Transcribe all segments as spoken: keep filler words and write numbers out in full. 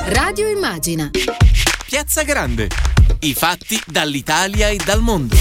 Radio Immagina. Piazza Grande. I fatti dall'Italia e dal mondo.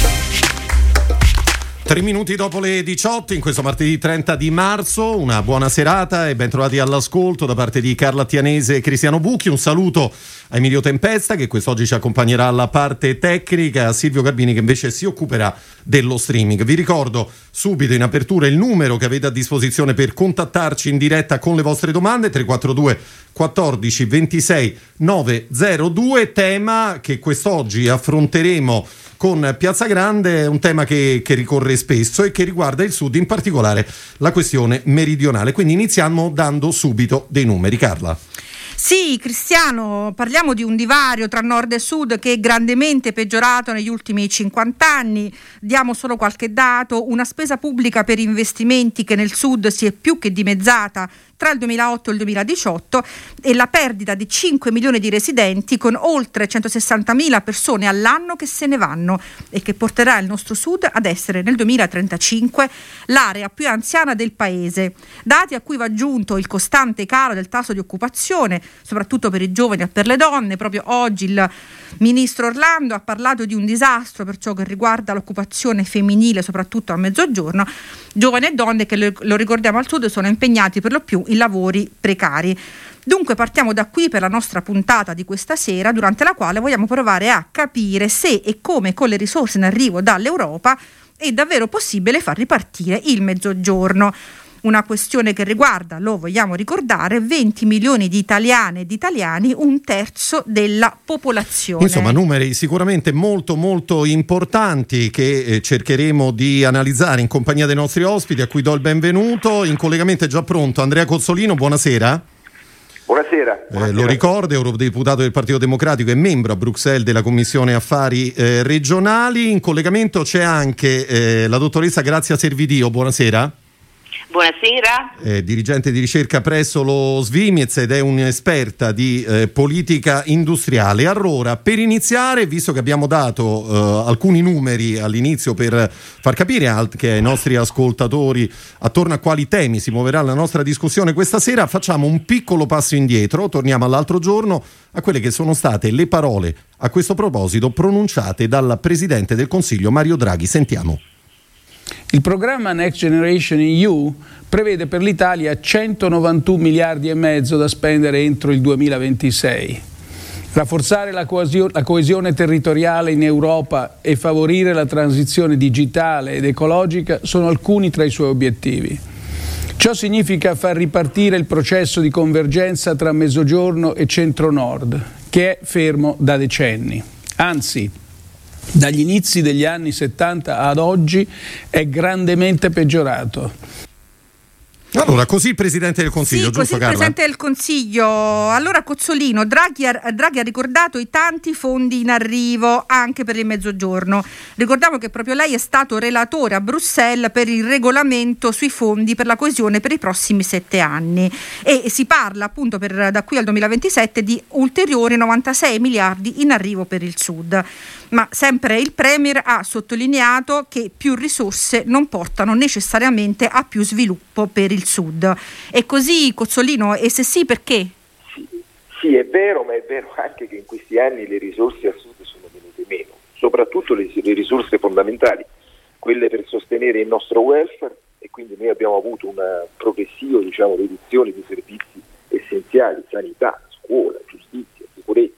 Tre minuti dopo le diciotto in questo martedì trenta di marzo, una buona serata e ben trovati all'ascolto da parte di Carla Tianese e Cristiano Bucchi. Un saluto a Emilio Tempesta che quest'oggi ci accompagnerà alla parte tecnica, a Silvio Garbini che invece si occuperà dello streaming. Vi ricordo subito in apertura il numero che avete a disposizione per contattarci in diretta con le vostre domande: tre quattro due quattordici ventisei novecentodue. Tema che quest'oggi affronteremo con Piazza Grande, un tema che, che ricorre spesso e che riguarda il Sud, in particolare la questione meridionale. Quindi iniziamo dando subito dei numeri. Carla. Sì, Cristiano, parliamo di un divario tra nord e sud che è grandemente peggiorato negli ultimi cinquanta anni. Diamo solo qualche dato: una spesa pubblica per investimenti che nel sud si è più che dimezzata tra il duemilaotto e il duemiladiciotto, e la perdita di cinque milioni di residenti, con oltre centosessantamila persone all'anno che se ne vanno, e che porterà il nostro sud ad essere nel duemilatrentacinque l'area più anziana del paese. Dati a cui va aggiunto il costante calo del tasso di occupazione, soprattutto per i giovani e per le donne. Proprio oggi il ministro Orlando ha parlato di un disastro per ciò che riguarda l'occupazione femminile, soprattutto a mezzogiorno. Giovani e donne che, lo ricordiamo, al sud sono impegnati per lo più in lavori precari. Dunque partiamo da qui per la nostra puntata di questa sera, durante la quale vogliamo provare a capire se e come, con le risorse in arrivo dall'Europa, è davvero possibile far ripartire il mezzogiorno. Una questione che riguarda, lo vogliamo ricordare, venti milioni di italiane e di italiani, un terzo della popolazione. Insomma, numeri sicuramente molto molto importanti che eh, cercheremo di analizzare in compagnia dei nostri ospiti, a cui do il benvenuto. In collegamento è già pronto Andrea Cozzolino, buonasera. Buonasera. Buonasera. Eh, lo ricordo, eurodeputato del Partito Democratico e membro a Bruxelles della Commissione Affari eh, Regionali. In collegamento c'è anche eh, la dottoressa Grazia Servidio, buonasera. Buonasera. Eh, dirigente di ricerca presso lo Svimez ed è un'esperta di eh, politica industriale. Allora, per iniziare, visto che abbiamo dato eh, alcuni numeri all'inizio per far capire anche ai nostri ascoltatori attorno a quali temi si muoverà la nostra discussione questa sera, facciamo un piccolo passo indietro, torniamo all'altro giorno a quelle che sono state le parole a questo proposito pronunciate dal Presidente del Consiglio Mario Draghi. Sentiamo. Il programma Next Generation E U prevede per l'Italia centonovantuno miliardi e mezzo da spendere entro il duemilaventisei. Rafforzare la coesio- la coesione territoriale in Europa e favorire la transizione digitale ed ecologica sono alcuni tra i suoi obiettivi. Ciò significa far ripartire il processo di convergenza tra Mezzogiorno e Centro-Nord, che è fermo da decenni. Anzi, dagli inizi degli anni settanta ad oggi è grandemente peggiorato. Allora, così il Presidente del Consiglio, sì, giusto così il Carla? Presidente del Consiglio. Allora, Cozzolino, Draghi ha, Draghi ha ricordato i tanti fondi in arrivo anche per il Mezzogiorno. Ricordiamo che proprio lei è stato relatore a Bruxelles per il regolamento sui fondi per la coesione per i prossimi sette anni, e si parla appunto per, da qui al duemilaventisette di ulteriori novantasei miliardi in arrivo per il Sud. Ma sempre il Premier ha sottolineato che più risorse non portano necessariamente a più sviluppo per il Sud. È così, Cozzolino? E se sì, perché? Sì, sì, è vero, ma è vero anche che in questi anni le risorse al Sud sono venute meno, soprattutto le, le risorse fondamentali, quelle per sostenere il nostro welfare, e quindi noi abbiamo avuto una progressiva, diciamo, riduzione di servizi essenziali, sanità, scuola, giustizia, sicurezza,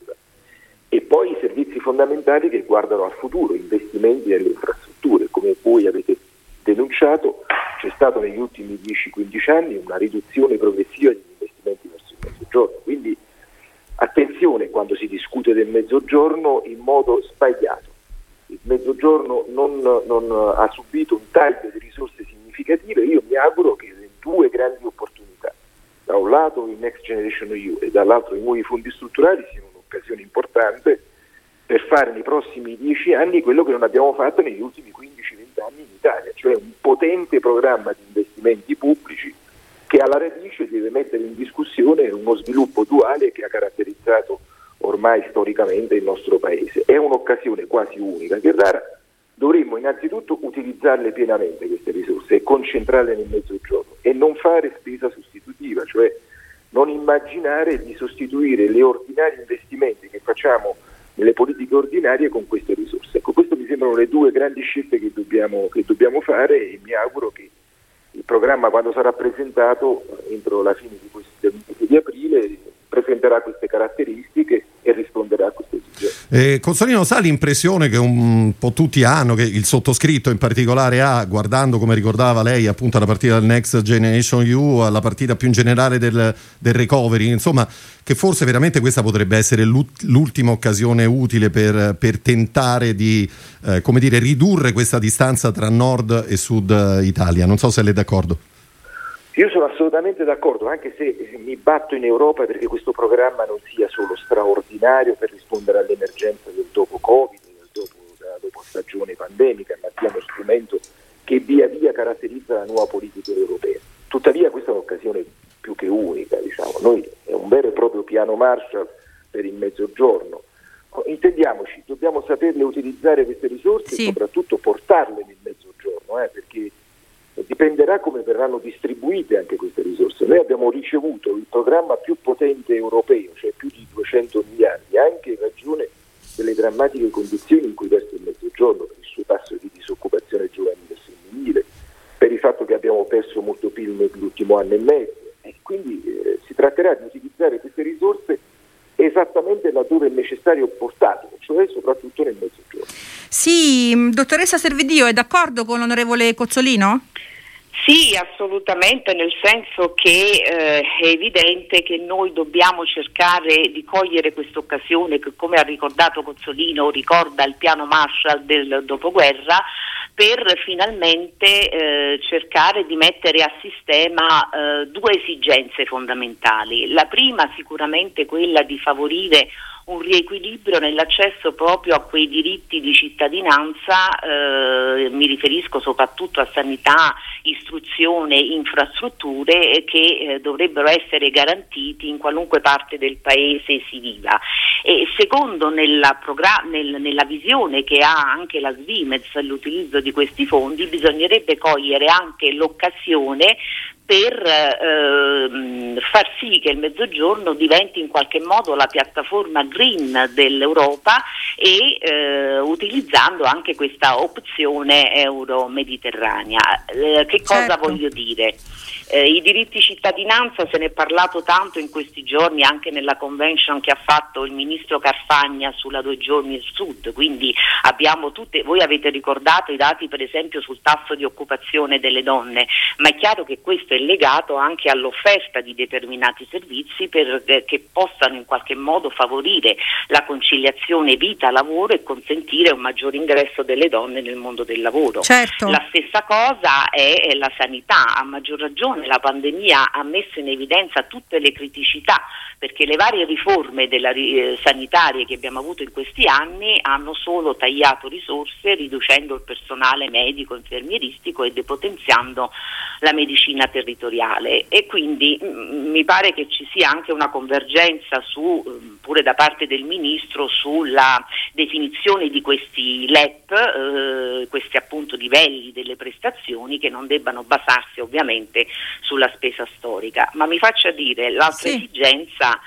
e poi i servizi fondamentali che guardano al futuro, investimenti nelle infrastrutture. Come voi avete denunciato, c'è stato negli ultimi dieci quindici anni una riduzione progressiva degli investimenti verso il Mezzogiorno, quindi attenzione quando si discute del Mezzogiorno in modo sbagliato. Il Mezzogiorno non, non ha subito un taglio di risorse significative. Io mi auguro che le due grandi opportunità, da un lato il Next Generation E U e dall'altro i nuovi fondi strutturali, siano un'occasione importante per fare nei prossimi dieci anni quello che non abbiamo fatto negli ultimi quindici venti anni in Italia, cioè un potente programma di investimenti pubblici che alla radice deve mettere in discussione uno sviluppo duale che ha caratterizzato ormai storicamente il nostro Paese. È un'occasione quasi unica che rara. Dovremmo innanzitutto utilizzarle pienamente queste risorse e concentrarle nel Mezzogiorno e non fare spesa sostitutiva, cioè non immaginare di sostituire gli ordinari investimenti che facciamo nelle politiche ordinarie con queste risorse. Ecco, queste mi sembrano le due grandi scelte che dobbiamo, che dobbiamo fare, e mi auguro che il programma, quando sarà presentato entro la fine di questo mese di aprile, presenterà queste caratteristiche e risponderà a queste esigenze. Eh, Cozzolino, sa l'impressione che un po' tutti hanno, che il sottoscritto in particolare ha, guardando, come ricordava lei, appunto alla partita del Next Generation E U, alla partita più in generale del, del recovery, insomma, che forse veramente questa potrebbe essere l'ultima occasione utile per, per tentare di eh, come dire, ridurre questa distanza tra nord e sud Italia. Non so se lei è d'accordo. Io sono assolutamente d'accordo, anche se mi batto in Europa perché questo programma non sia solo straordinario per rispondere all'emergenza del dopo Covid, del dopo, della dopo stagione pandemica, ma sia uno strumento che via via caratterizza la nuova politica europea. Tuttavia questa è un'occasione più che unica, diciamo. Noi è un vero e proprio piano Marshall per il Mezzogiorno. Intendiamoci, dobbiamo saperle utilizzare queste risorse, sì, e soprattutto portarle nel Mezzogiorno, eh, perché dipenderà come verranno distribuite anche queste risorse. Noi abbiamo ricevuto il programma più potente europeo, cioè più di duecento miliardi, anche in ragione delle drammatiche condizioni in cui versa il Mezzogiorno, per il suo tasso di disoccupazione giovanile e femminile, per il fatto che abbiamo perso molto P I L nell'ultimo anno e mezzo, e quindi eh, si tratterà di utilizzare queste risorse esattamente laddove è necessario portarle, cioè soprattutto nel Mezzogiorno. Sì, dottoressa Serviddio, è d'accordo con l'onorevole Cozzolino? Sì, assolutamente, nel senso che eh, è evidente che noi dobbiamo cercare di cogliere questa occasione che, come ha ricordato Cozzolino, ricorda il piano Marshall del dopoguerra, per finalmente eh, cercare di mettere a sistema eh, due esigenze fondamentali. La prima sicuramente quella di favorire un riequilibrio nell'accesso proprio a quei diritti di cittadinanza, eh, mi riferisco soprattutto a sanità, istruzione, infrastrutture, che eh, dovrebbero essere garantiti in qualunque parte del paese si viva. E secondo, nella, progra- nel, nella visione che ha anche la Svimez, l'utilizzo di questi fondi, bisognerebbe cogliere anche l'occasione per eh, far sì che il Mezzogiorno diventi in qualche modo la piattaforma green dell'Europa, e eh, utilizzando anche questa opzione euro-mediterranea. Eh, che cosa certo. voglio dire? Eh, I diritti cittadinanza, se ne è parlato tanto in questi giorni anche nella convention che ha fatto il ministro Carfagna sulla due giorni del Sud, quindi abbiamo tutte, voi avete ricordato i dati per esempio sul tasso di occupazione delle donne, ma è chiaro che questo è legato anche all'offerta di determinati servizi per, eh, che possano in qualche modo favorire la conciliazione vita-lavoro e consentire un maggiore ingresso delle donne nel mondo del lavoro. Certo. La stessa cosa è, è la sanità, a maggior ragione la pandemia ha messo in evidenza tutte le criticità, perché le varie riforme della, eh, sanitarie che abbiamo avuto in questi anni hanno solo tagliato risorse, riducendo il personale medico, infermieristico e depotenziando la medicina territoriale, e quindi mh, mi pare che ci sia anche una convergenza su, mh, pure da parte del Ministro, sulla definizione di questi L E P, eh, questi appunto livelli delle prestazioni, che non debbano basarsi ovviamente sulla spesa storica. Ma mi faccia dire, l'altra sì. esigenza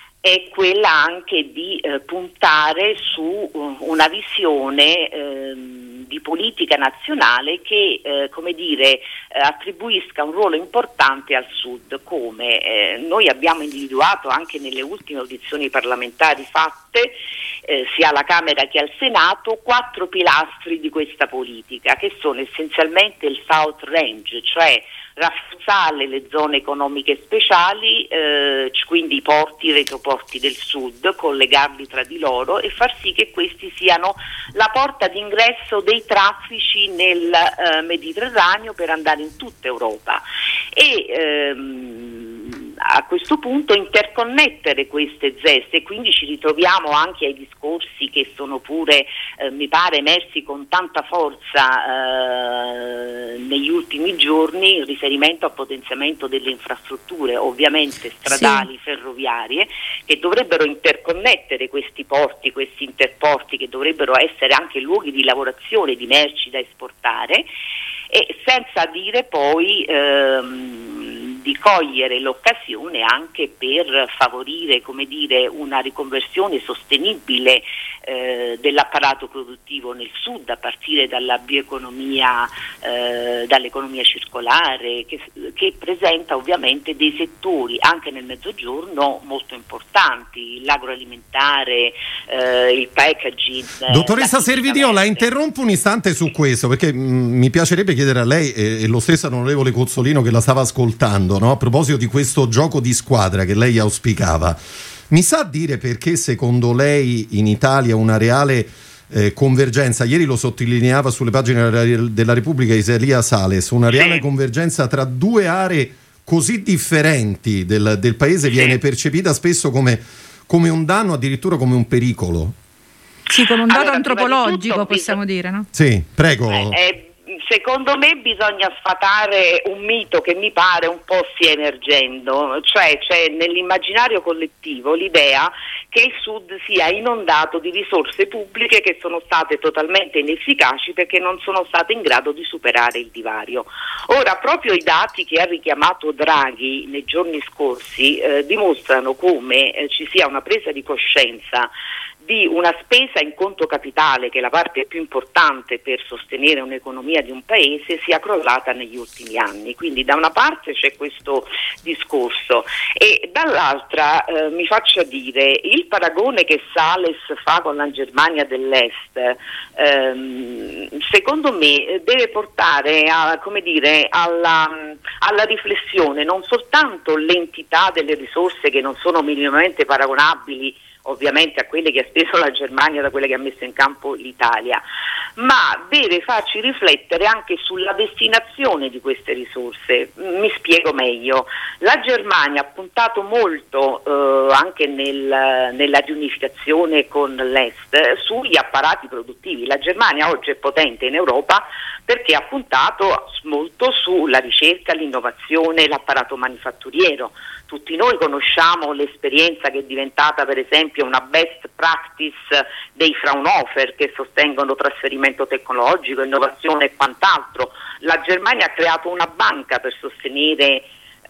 è quella anche di eh, puntare su uh, una visione eh, di politica nazionale che eh, come dire eh, attribuisca un ruolo importante al Sud, come eh, noi abbiamo individuato anche nelle ultime audizioni parlamentari fatte eh, sia alla Camera che al Senato, quattro pilastri di questa politica, che sono essenzialmente il South Range, cioè rafforzare le zone economiche speciali, eh, quindi i porti, i retroporti del Sud, collegarli tra di loro e far sì che questi siano la porta d'ingresso dei traffici nel eh, Mediterraneo per andare in tutta Europa, e ehm, a questo punto interconnettere queste zeste, quindi ci ritroviamo anche ai discorsi che sono pure eh, mi pare emersi con tanta forza eh, negli ultimi giorni in riferimento al potenziamento delle infrastrutture, ovviamente stradali, sì. ferroviarie, che dovrebbero interconnettere questi porti, questi interporti, che dovrebbero essere anche luoghi di lavorazione di merci da esportare, e senza dire poi ehm, di cogliere l'occasione anche per favorire, come dire, una riconversione sostenibile eh, dell'apparato produttivo nel sud, a partire dalla bioeconomia, eh, dall'economia circolare, che, che presenta ovviamente dei settori anche nel mezzogiorno molto importanti, l'agroalimentare, eh, il packaging. Dottoressa Servideo, la interrompo un istante su questo, perché mh, mi piacerebbe chiedere a lei e, e lo stesso onorevole Cozzolino che la stava ascoltando, no? A proposito di questo gioco di squadra che lei auspicava, mi sa dire perché secondo lei in Italia una reale eh, convergenza, ieri lo sottolineava sulle pagine della Repubblica Isalia Sales, una reale sì. convergenza tra due aree così differenti del, del paese sì. viene percepita spesso come, come un danno, addirittura come un pericolo? Sì, come un dato allora, antropologico tutto, possiamo bisog- dire, no? Sì, prego. Eh, eh, secondo me bisogna sfatare un mito che mi pare un po' stia emergendo, cioè c'è nell'immaginario collettivo l'idea che il Sud sia inondato di risorse pubbliche che sono state totalmente inefficaci perché non sono state in grado di superare il divario. Ora, proprio i dati che ha richiamato Draghi nei giorni scorsi eh, dimostrano come eh, ci sia una presa di coscienza di una spesa in conto capitale, che è la parte più importante per sostenere un'economia di un paese, sia crollata negli ultimi anni. Quindi da una parte c'è questo discorso e dall'altra eh, mi faccia dire, il paragone che Sales fa con la Germania dell'Est ehm, secondo me deve portare a, come dire, alla, alla riflessione non soltanto l'entità delle risorse che non sono minimamente paragonabili ovviamente a quelle che ha speso la Germania da quelle che ha messo in campo l'Italia, ma deve farci riflettere anche sulla destinazione di queste risorse. Mi spiego meglio. La Germania ha puntato molto eh, anche nel, nella riunificazione con l'Est sugli apparati produttivi. La Germania oggi è potente in Europa perché ha puntato molto sulla ricerca, l'innovazione, l'apparato manifatturiero. Tutti noi conosciamo l'esperienza che è diventata per esempio una best practice dei Fraunhofer, che sostengono trasferimento tecnologico, innovazione e quant'altro. La Germania ha creato una banca per sostenere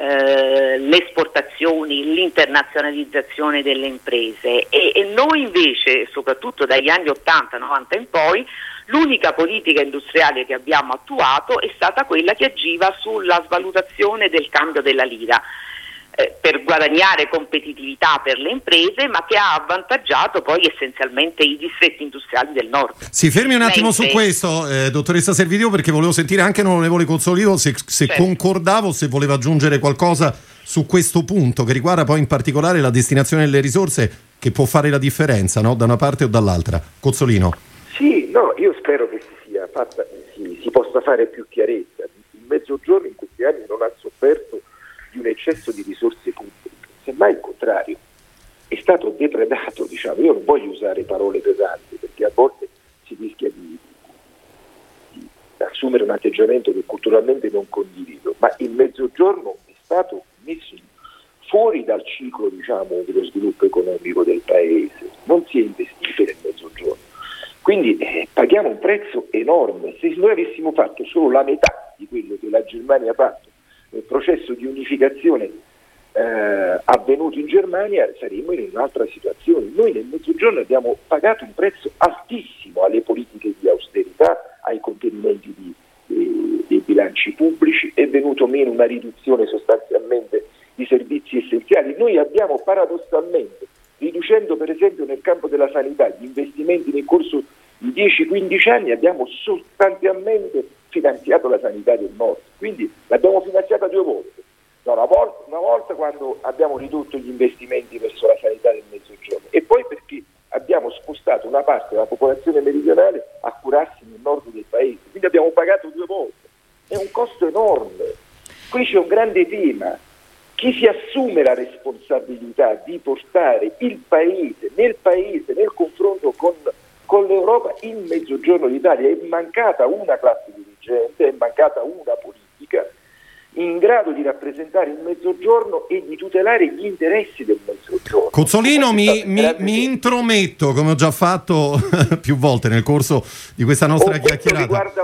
eh, le esportazioni, l'internazionalizzazione delle imprese e, e noi invece, soprattutto dagli anni ottanta novanta in poi, l'unica politica industriale che abbiamo attuato è stata quella che agiva sulla svalutazione del cambio della lira, per guadagnare competitività per le imprese, ma che ha avvantaggiato poi essenzialmente i distretti industriali del nord. Si fermi un attimo Mentre... su questo, eh, dottoressa Servideo, perché volevo sentire anche l'onorevole Cozzolino se, se certo. concordavo, se voleva aggiungere qualcosa su questo punto che riguarda poi in particolare la destinazione delle risorse, che può fare la differenza, no? Da una parte o dall'altra. Cozzolino. Sì, no, io spero che si sia fatta, si, si possa fare più chiarezza. Il Mezzogiorno in questi anni non ha sofferto di un eccesso di risorse pubbliche, semmai il contrario, è stato depredato, diciamo. Io non voglio usare parole pesanti perché a volte si rischia di, di assumere un atteggiamento che culturalmente non condivido, ma il Mezzogiorno è stato messo fuori dal ciclo, diciamo, dello sviluppo economico del paese, non si è investito nel Mezzogiorno, quindi eh, paghiamo un prezzo enorme. Se noi avessimo fatto solo la metà di quello che la Germania ha fatto nel processo di unificazione eh, avvenuto in Germania, saremmo in un'altra situazione. Noi nel Mezzogiorno abbiamo pagato un prezzo altissimo alle politiche di austerità, ai contenimenti di, eh, dei bilanci pubblici, è venuto meno una riduzione sostanzialmente di servizi essenziali. Noi abbiamo paradossalmente, riducendo per esempio nel campo della sanità gli investimenti nel corso di dieci quindici anni, abbiamo sostanzialmente finanziato la sanità del nord, quindi l'abbiamo finanziata due volte. Una volta, una volta quando abbiamo ridotto gli investimenti verso la sanità del Mezzogiorno e poi perché abbiamo spostato una parte della popolazione meridionale a curarsi nel nord del paese, quindi abbiamo pagato due volte. È un costo enorme. Qui c'è un grande tema: chi si assume la responsabilità di portare il paese, nel paese, nel confronto con, con l'Europa, in Mezzogiorno d'Italia? È mancata una classe dirigente, è mancata una politica in grado di rappresentare il Mezzogiorno e di tutelare gli interessi del Mezzogiorno. Cozzolino, mi, mi, mi intrometto, come ho già fatto più volte nel corso di questa nostra oh, chiacchierata. Riguarda molto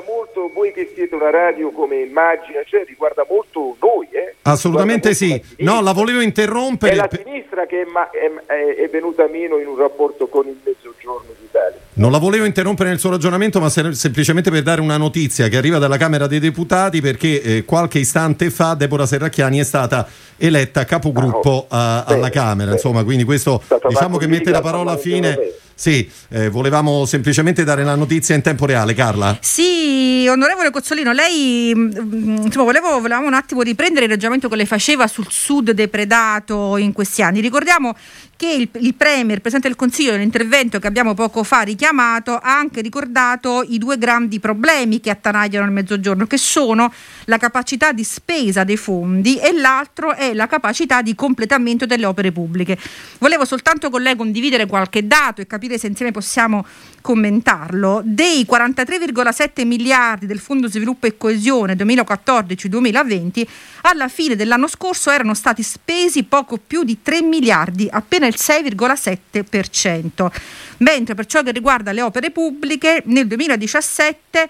questo, voi che siete una radio come immagine, cioè riguarda molto noi. Eh? Assolutamente sì. No, la volevo interrompere. È la sinistra che è, ma- è, è venuta meno in un rapporto con il Mezzogiorno d'Italia. Non la volevo interrompere nel suo ragionamento, ma se- semplicemente per dare una notizia che arriva dalla Camera dei Deputati, perché eh, qualche istante fa Deborah Serracchiani è stata eletta capogruppo ah, a- alla bene, Camera. bene. Insomma, quindi questo diciamo che mette la parola fine. Sì, eh, volevamo semplicemente dare la notizia in tempo reale, Carla. Sì, onorevole Cozzolino, lei mh, insomma volevo, volevamo un attimo riprendere il ragionamento che lei faceva sul Sud depredato in questi anni. Ricordiamo che il, il Premier, il Presidente del Consiglio, nell'intervento che abbiamo poco fa richiamato, ha anche ricordato i due grandi problemi che attanagliano il Mezzogiorno, che sono la capacità di spesa dei fondi e l'altro è la capacità di completamento delle opere pubbliche. Volevo soltanto con lei condividere qualche dato e capire se insieme possiamo commentarlo. Dei quarantatré virgola sette miliardi del Fondo Sviluppo e Coesione duemilaquattordici duemilaventi, alla fine dell'anno scorso erano stati spesi poco più di tre miliardi, appena il sei virgola sette per cento. Mentre per ciò che riguarda le opere pubbliche, nel duemiladiciassette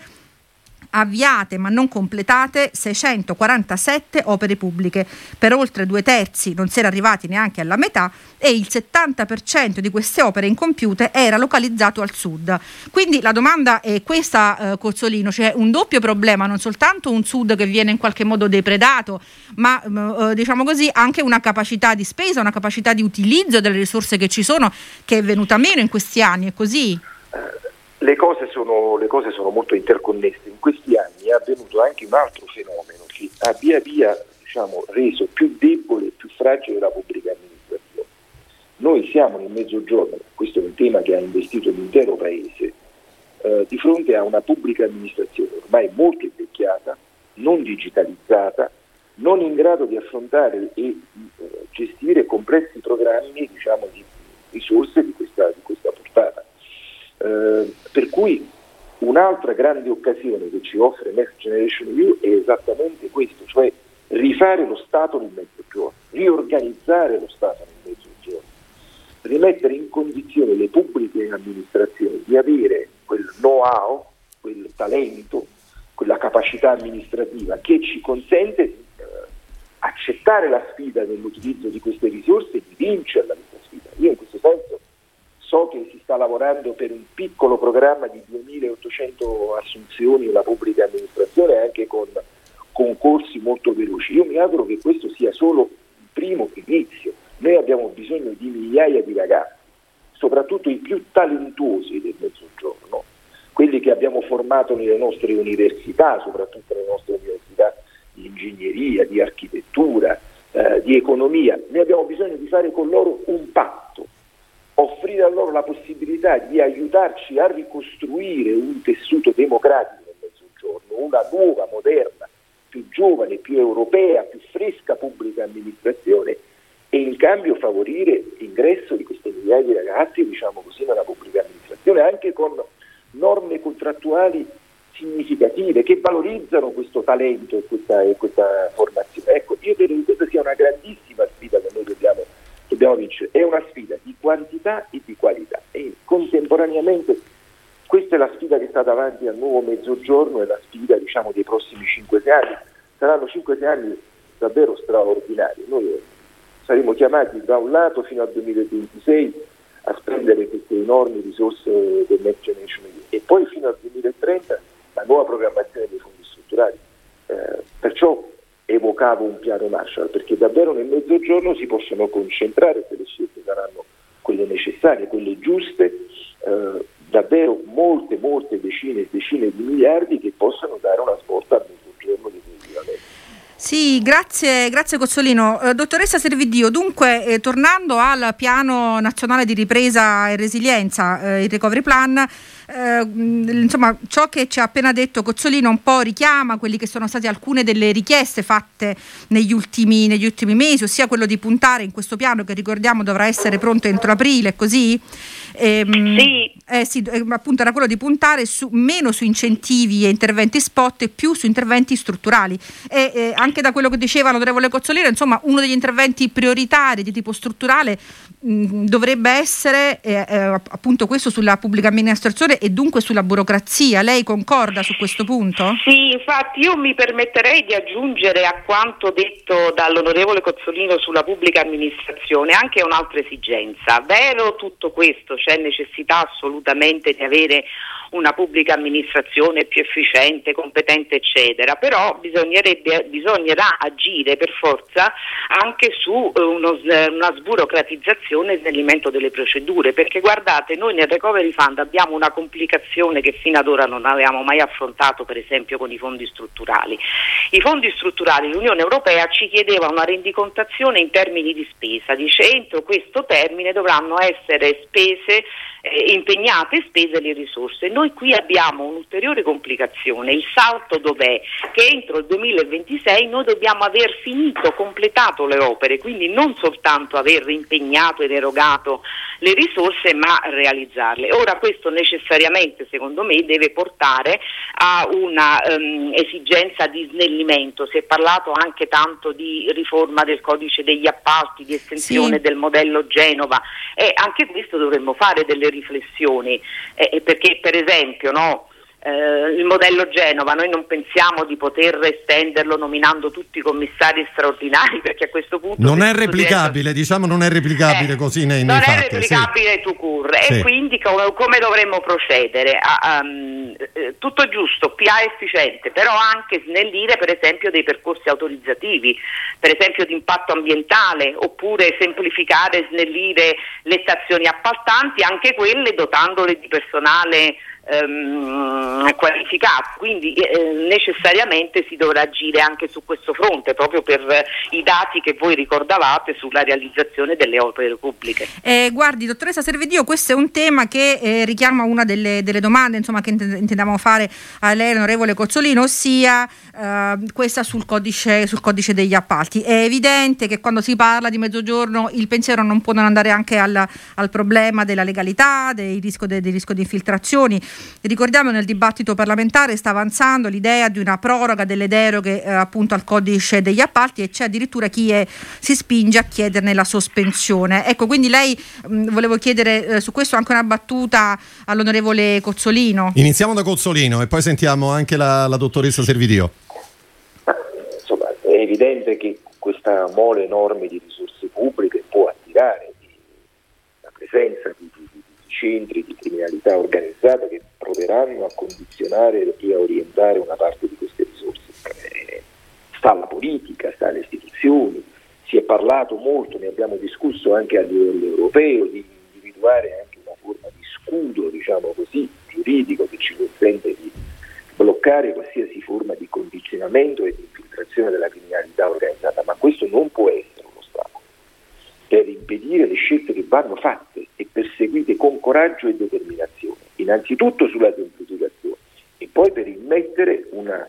avviate ma non completate seicentoquarantasette opere pubbliche, per oltre due terzi non si era arrivati neanche alla metà e il settanta per cento di queste opere incompiute era localizzato al sud. Quindi la domanda è questa, eh, Cozzolino, c'è un doppio problema, non soltanto un sud che viene in qualche modo depredato, ma eh, diciamo così anche una capacità di spesa, una capacità di utilizzo delle risorse che ci sono che è venuta meno in questi anni, è così? Le cose sono, le cose sono molto interconnesse. In questi anni è avvenuto anche un altro fenomeno che ha via via diciamo, reso più debole e più fragile la pubblica amministrazione. Noi siamo nel Mezzogiorno, questo è un tema che ha investito l'intero Paese, eh, di fronte a una pubblica amministrazione ormai molto invecchiata, non digitalizzata, non in grado di affrontare e di eh, gestire complessi programmi diciamo, di risorse di questa, di questa portata. Uh, per cui un'altra grande occasione che ci offre Next Generation E U è esattamente questo, cioè rifare lo Stato nel Mezzogiorno, riorganizzare lo Stato nel Mezzogiorno, rimettere in condizione le pubbliche amministrazioni di avere quel know-how, quel talento, quella capacità amministrativa che ci consente di uh, accettare la sfida nell'utilizzo di queste risorse e di vincerla questa sfida. Io in questo senso so che si sta lavorando per un piccolo programma di duemilaottocento assunzioni nella pubblica amministrazione anche con concorsi molto veloci. Io mi auguro che questo sia solo il primo inizio. Noi abbiamo bisogno di migliaia di ragazzi, soprattutto i più talentuosi del Mezzogiorno, quelli che abbiamo formato nelle nostre università, soprattutto nelle nostre università di ingegneria, di architettura, eh, di economia. Noi abbiamo bisogno di fare con loro un patto, offrire a loro la possibilità di aiutarci a ricostruire un tessuto democratico nel Mezzogiorno, una nuova, moderna, più giovane, più europea, più fresca pubblica amministrazione e in cambio favorire l'ingresso di queste migliaia di ragazzi, diciamo così, nella pubblica amministrazione, anche con norme contrattuali significative che valorizzano questo talento e questa, e questa formazione. Ecco, io credo che questa sia una grandissima sfida che noi dobbiamo dobbiamo vincere. È una sfida di quantità e di qualità e contemporaneamente questa è la sfida che sta davanti al nuovo Mezzogiorno e la sfida diciamo dei prossimi cinque sei anni. Saranno cinque sei anni davvero straordinari. Noi saremo chiamati da un lato fino al duemilaventisei a spendere queste enormi risorse del Next Generation E U e poi fino al duemilatrenta la nuova programmazione dei fondi strutturali. Eh, perciò evocavo un piano Marshall, perché davvero nel Mezzogiorno si possono concentrare quelle scelte saranno quelle necessarie, quelle giuste, eh, davvero molte, molte decine e decine di miliardi che possono dare una svolta al Mezzogiorno definitivamente. Sì, grazie, grazie Cozzolino. Eh, dottoressa Servidio, dunque eh, tornando al piano nazionale di ripresa e resilienza, eh, il recovery plan, eh, insomma ciò che ci ha appena detto Cozzolino un po' richiama quelli che sono state alcune delle richieste fatte negli ultimi, negli ultimi mesi, ossia quello di puntare in questo piano che ricordiamo dovrà essere pronto entro aprile, così? Ehm, sì. Eh, sì, appunto era quello di puntare su, meno su incentivi e interventi spot e più su interventi strutturali e eh, anche da quello che diceva l'onorevole Cozzolino, insomma uno degli interventi prioritari di tipo strutturale mh, dovrebbe essere eh, eh, appunto questo sulla pubblica amministrazione e dunque sulla burocrazia. Lei concorda su questo punto? Sì, infatti io mi permetterei di aggiungere a quanto detto dall'onorevole Cozzolino sulla pubblica amministrazione anche un'altra esigenza. Vero tutto questo, c'è necessità assolutamente di avere una pubblica amministrazione più efficiente, competente, eccetera, però bisognerebbe, bisognerà agire per forza anche su uno, una sburocratizzazione e snellimento delle procedure, perché guardate, noi nel Recovery Fund abbiamo una complicazione che fino ad ora non avevamo mai affrontato, per esempio con i fondi strutturali. I fondi strutturali, l'Unione Europea ci chiedeva una rendicontazione in termini di spesa, dice entro questo termine dovranno essere spese Eh, impegnate e spese le risorse. Noi qui abbiamo un'ulteriore complicazione, il salto dov'è? Che entro il duemilaventisei noi dobbiamo aver finito, completato le opere, quindi non soltanto aver impegnato ed erogato le risorse ma realizzarle. Ora questo necessariamente secondo me deve portare a una um, esigenza di snellimento. Si è parlato anche tanto di riforma del codice degli appalti, di estensione sì. del modello Genova, e anche questo dovremmo fare delle riflessioni, eh, perché per esempio no, eh, il modello Genova noi non pensiamo di poter estenderlo nominando tutti i commissari straordinari, perché a questo punto non è replicabile, diventa... diciamo non è replicabile eh, così nei, nei non fatti, è replicabile sì. tout court, sì. E quindi come, come dovremmo procedere? A, um, eh, tutto giusto, P A efficiente, però anche snellire per esempio dei percorsi autorizzativi, per esempio di impatto ambientale, oppure semplificare, snellire le stazioni appaltanti, anche quelle dotandole di personale ehm, qualificato. Quindi eh, necessariamente si dovrà agire anche su questo fronte, proprio per eh, i dati che voi ricordavate sulla realizzazione delle opere pubbliche. Eh, guardi, dottoressa Servedio, questo è un tema che eh, richiama una delle, delle domande insomma, che intendiamo fare a lei, onorevole Cozzolino, ossia eh, questa sul codice, sul codice degli appalti. È evidente che quando si parla di Mezzogiorno il pensiero non può non andare anche al, al problema della legalità, del rischio, de, del rischio di infiltrazioni. Ricordiamo nel dibattito parlamentare sta avanzando l'idea di una proroga delle deroghe eh, appunto al codice degli appalti, e c'è addirittura chi è, si spinge a chiederne la sospensione. Ecco, quindi lei mh, volevo chiedere eh, su questo anche una battuta all'onorevole Cozzolino. Iniziamo da Cozzolino e poi sentiamo anche la, la dottoressa Servidìo. Ma, insomma, è evidente che questa mole enorme di risorse pubbliche può attirare la presenza di, di, di centri di criminalità organizzata che proveranno a condizionare e a orientare una parte di queste risorse. Eh, sta alla politica, sta alle istituzioni, si è parlato molto, ne abbiamo discusso anche a livello europeo, di individuare anche una forma di scudo, diciamo così, giuridico che ci consente di bloccare qualsiasi forma di condizionamento e di infiltrazione della criminalità organizzata, ma questo non può essere uno ostacolo per impedire le scelte che vanno fatte e perseguite con coraggio e determinazione, innanzitutto sulla semplificazione e poi per immettere una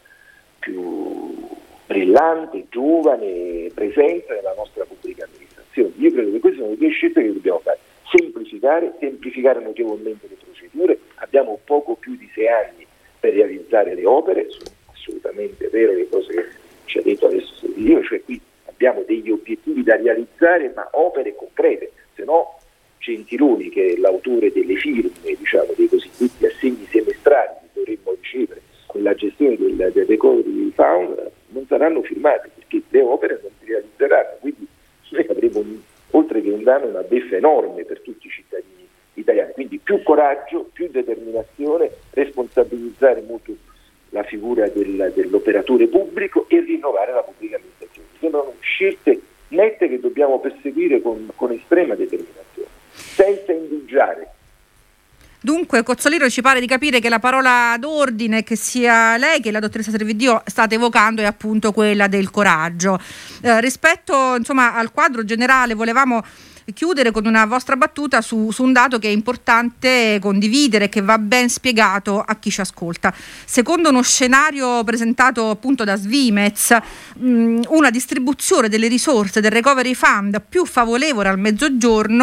più brillante, giovane presenza nella nostra pubblica amministrazione. Io credo che queste sono le due scelte che dobbiamo fare: semplificare, semplificare notevolmente le procedure. Abbiamo poco più di sei anni per realizzare le opere, sono assolutamente vero le cose che ci ha detto adesso Servidìo, cioè qui abbiamo degli obiettivi da realizzare, ma opere concrete, se no Gentiloni, che è l'autore delle firme, diciamo, dei cosiddetti assegni semestrali che dovremmo ricevere con la gestione del, del Recovery Fund, non saranno firmate perché le opere non si realizzeranno, quindi noi avremo un, oltre che un danno, una beffa enorme per tutti i cittadini italiani. Quindi più coraggio, più determinazione, responsabilizzare molto la figura del, dell'operatore pubblico e rinnovare la pubblica amministrazione. Sono scelte nette che dobbiamo perseguire con, con estrema determinazione, senza indugiare. Dunque, Cozzolino, ci pare di capire che la parola d'ordine che sia lei che la dottoressa Servidìo state evocando è appunto quella del coraggio. Eh, rispetto insomma al quadro generale, volevamo chiudere con una vostra battuta su, su un dato che è importante condividere, che va ben spiegato a chi ci ascolta. Secondo uno scenario presentato appunto da Svimez, mh, una distribuzione delle risorse del Recovery Fund più favorevole al Mezzogiorno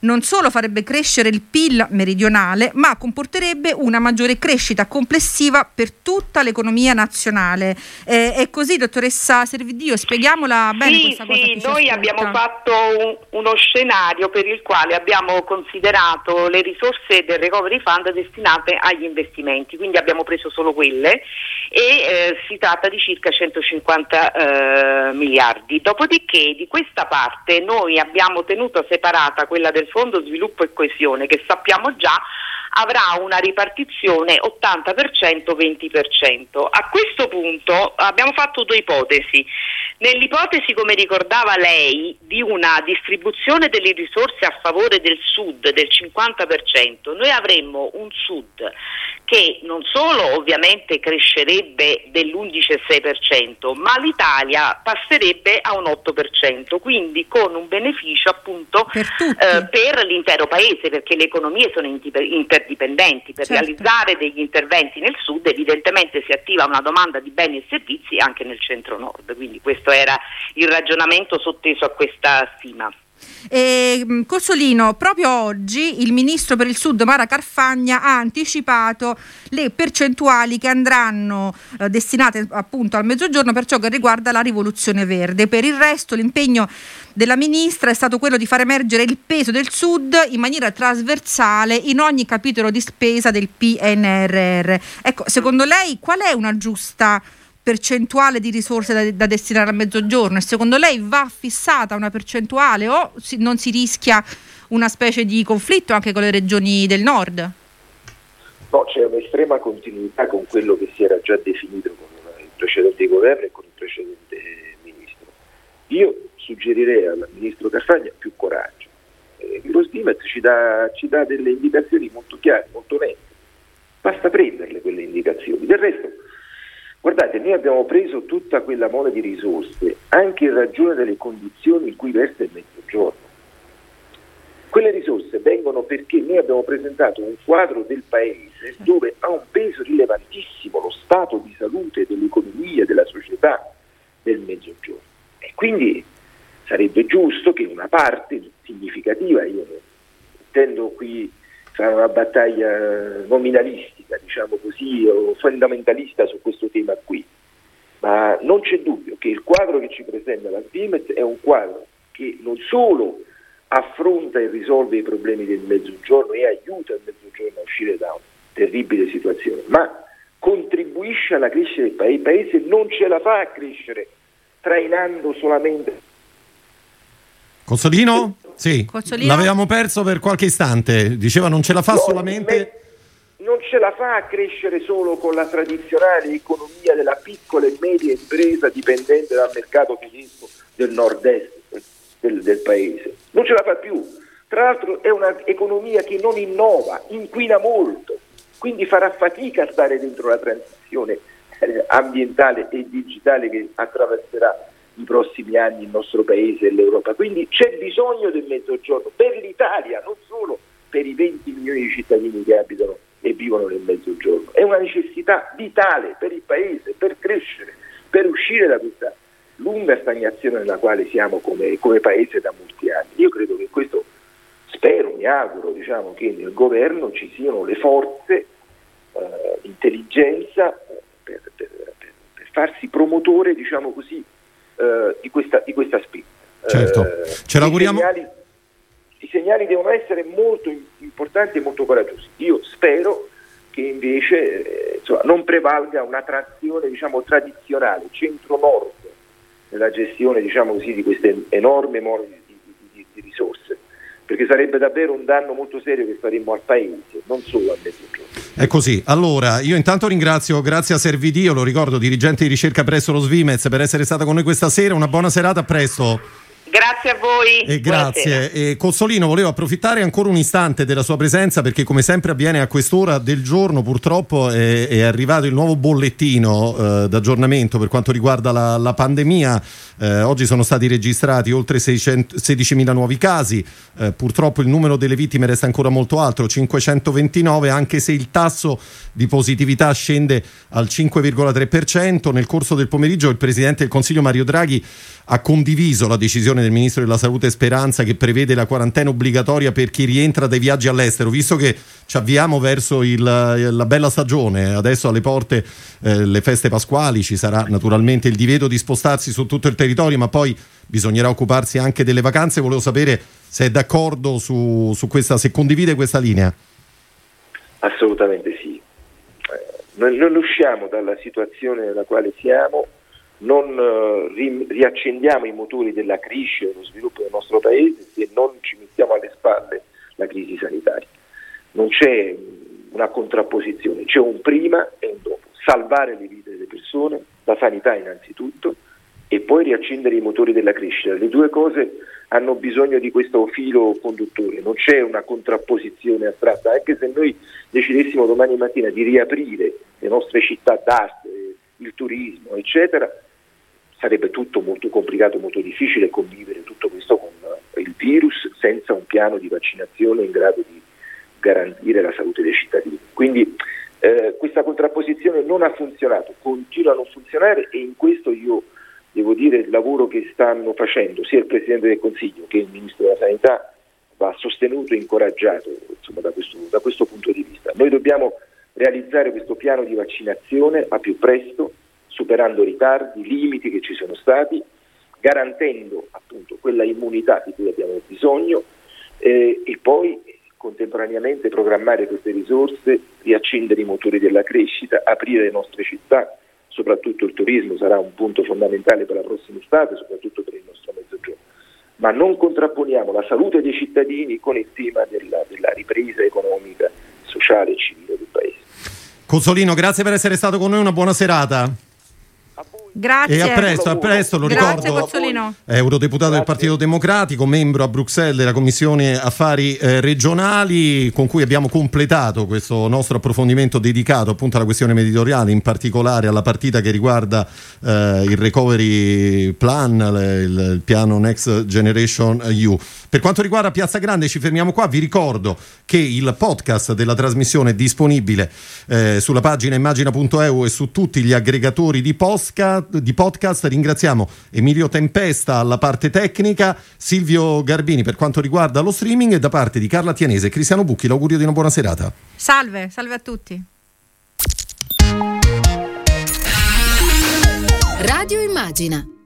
non solo farebbe crescere il P I L meridionale, ma comporterebbe una maggiore crescita complessiva per tutta l'economia nazionale. Eh, è così, dottoressa Serviddio? Spieghiamola bene sì, questa cosa. Sì, noi abbiamo fatto un, uno scenario per il quale abbiamo considerato le risorse del Recovery Fund destinate agli investimenti, quindi abbiamo preso solo quelle e eh, si tratta di circa centocinquanta eh, miliardi. Dopodiché di questa parte noi abbiamo tenuto separata quella del Fondo Sviluppo e Coesione, che sappiamo già avrà una ripartizione ottanta per cento venti per cento. A questo punto abbiamo fatto due ipotesi. Nell'ipotesi, come ricordava lei, di una distribuzione delle risorse a favore del Sud del cinquanta per cento, noi avremmo un Sud che non solo ovviamente crescerebbe dell'undici virgola sei per cento, ma l'Italia passerebbe a un otto per cento, quindi con un beneficio appunto per, eh, per l'intero paese, perché le economie sono interdipendenti. Per certo. realizzare degli interventi nel Sud evidentemente si attiva una domanda di beni e servizi anche nel centro-nord, quindi questo era il ragionamento sotteso a questa stima. Eh, Cozzolino, proprio oggi il ministro per il Sud Mara Carfagna ha anticipato le percentuali che andranno eh, destinate appunto al Mezzogiorno per ciò che riguarda la rivoluzione verde. Per il resto l'impegno della ministra è stato quello di far emergere il peso del Sud in maniera trasversale in ogni capitolo di spesa del P N R R. Ecco, secondo lei qual è una giusta percentuale di risorse da, da destinare al Mezzogiorno, e secondo lei va fissata una percentuale o si, non si rischia una specie di conflitto anche con le regioni del nord? No, c'è un'estrema continuità con quello che si era già definito con il precedente governo e con il precedente ministro. Io suggerirei al ministro Carfagna più coraggio. Eh, lo Svimet ci dà, ci dà delle indicazioni molto chiare, molto nette, basta prenderle quelle indicazioni. Del resto, guardate, noi abbiamo preso tutta quella mole di risorse anche in ragione delle condizioni in cui versa il Mezzogiorno. Quelle risorse vengono perché noi abbiamo presentato un quadro del Paese dove ha un peso rilevantissimo lo stato di salute dell'economia, della società del Mezzogiorno. E quindi sarebbe giusto che una parte significativa, io intendo qui fare una battaglia nominalistica, diciamo così, o fondamentalista su questo tema qui, ma non c'è dubbio che il quadro che ci presenta la Svimet è un quadro che non solo affronta e risolve i problemi del Mezzogiorno e aiuta il Mezzogiorno a uscire da una terribile situazione, ma contribuisce alla crescita del Paese. Il Paese non ce la fa a crescere trainando solamente. Cozzolino? Sì, Cozzolino? L'avevamo perso per qualche istante, diceva non ce la fa no, solamente... Non ce la fa a crescere solo con la tradizionale economia della piccola e media impresa dipendente dal mercato tedesco del nord-est del, del paese. Non ce la fa più. Tra l'altro è un'economia che non innova, inquina molto, quindi farà fatica a stare dentro la transizione ambientale e digitale che attraverserà i prossimi anni il nostro paese e l'Europa. Quindi c'è bisogno del Mezzogiorno per l'Italia, non solo per i venti milioni di cittadini che abitano e vivono nel Mezzogiorno. È una necessità vitale per il Paese, per crescere, per uscire da questa lunga stagnazione nella quale siamo come, come Paese da molti anni. Io credo che questo, spero, mi auguro, diciamo, che nel governo ci siano le forze, eh, intelligenza per, per, per, per farsi promotore, diciamo così, eh, di questa, di questa spinta. Certo, eh, ce l'auguriamo. I segnali, I segnali devono essere molto importanti e molto coraggiosi. Io spero che invece eh, insomma, non prevalga una trazione, diciamo, tradizionale, centro-nord, nella gestione, diciamo così, di queste enormi mole di, di, di risorse, perché sarebbe davvero un danno molto serio che faremmo al Paese, non solo al Mezzogiorno. È così. Allora, io intanto ringrazio Grazia Serviddio, lo ricordo, dirigente di ricerca presso lo Svimez, per essere stata con noi questa sera. Una buona serata, a presto. Grazie a voi. E grazie. E Cozzolino, volevo approfittare ancora un istante della sua presenza, perché come sempre avviene a quest'ora del giorno purtroppo è, è arrivato il nuovo bollettino eh, d'aggiornamento per quanto riguarda la, la pandemia. Eh, oggi sono stati registrati oltre sedicimila nuovi casi, eh, purtroppo il numero delle vittime resta ancora molto alto, cinquecentoventinove, anche se il tasso di positività scende al cinque virgola tre per cento. Nel corso del pomeriggio il Presidente del Consiglio Mario Draghi ha condiviso la decisione del Ministro della Salute Speranza, che prevede la quarantena obbligatoria per chi rientra dai viaggi all'estero, visto che ci avviamo verso il, la bella stagione, adesso alle porte eh, le feste pasquali, ci sarà naturalmente il divieto di spostarsi su tutto il territorio, ma poi bisognerà occuparsi anche delle vacanze. Volevo sapere se è d'accordo su, su questa, se condivide questa linea. Assolutamente sì. Eh, non, non usciamo dalla situazione nella quale siamo, non uh, ri, riaccendiamo i motori della crescita e dello sviluppo del nostro paese se non ci mettiamo alle spalle la crisi sanitaria. Non c'è una contrapposizione, c'è un prima e un dopo. Salvare le vite delle persone, la sanità innanzitutto, e poi riaccendere i motori della crescita. Le due cose hanno bisogno di questo filo conduttore, non c'è una contrapposizione astratta, anche se noi decidessimo domani mattina di riaprire le nostre città d'arte, il turismo, eccetera, sarebbe tutto molto complicato, molto difficile convivere tutto questo con il virus senza un piano di vaccinazione in grado di garantire la salute dei cittadini. Quindi eh, questa contrapposizione non ha funzionato, continua a non funzionare, e in questo io devo dire il lavoro che stanno facendo sia il Presidente del Consiglio che il Ministro della Sanità va sostenuto e incoraggiato, insomma, da questo, da questo punto di vista. Noi dobbiamo realizzare questo piano di vaccinazione a più presto, superando ritardi, limiti che ci sono stati, garantendo appunto quella immunità di cui abbiamo bisogno, eh, e poi contemporaneamente programmare queste risorse, riaccendere i motori della crescita, aprire le nostre città. Soprattutto il turismo sarà un punto fondamentale per la prossima estate, soprattutto per il nostro mezzogiorno. Ma non contrapponiamo la salute dei cittadini con il tema della, della ripresa economica, sociale e civile del Paese. Cozzolino, grazie per essere stato con noi, una buona serata. Grazie. E a presto, a presto, lo Grazie, ricordo, Cozzolino. è eurodeputato Grazie. del Partito Democratico, membro a Bruxelles della Commissione Affari eh, Regionali, con cui abbiamo completato questo nostro approfondimento dedicato appunto alla questione meridionale, in particolare alla partita che riguarda eh, il Recovery Plan, il, il piano Next Generation E U. Per quanto riguarda Piazza Grande ci fermiamo qua, vi ricordo che il podcast della trasmissione è disponibile eh, sulla pagina immagina punto e u e su tutti gli aggregatori di podcast. di podcast. Ringraziamo Emilio Tempesta alla parte tecnica, Silvio Garbini per quanto riguarda lo streaming, e da parte di Carla Tianese e Cristiano Bucchi l'augurio di una buona serata. Salve, salve a tutti. Radio Immagina.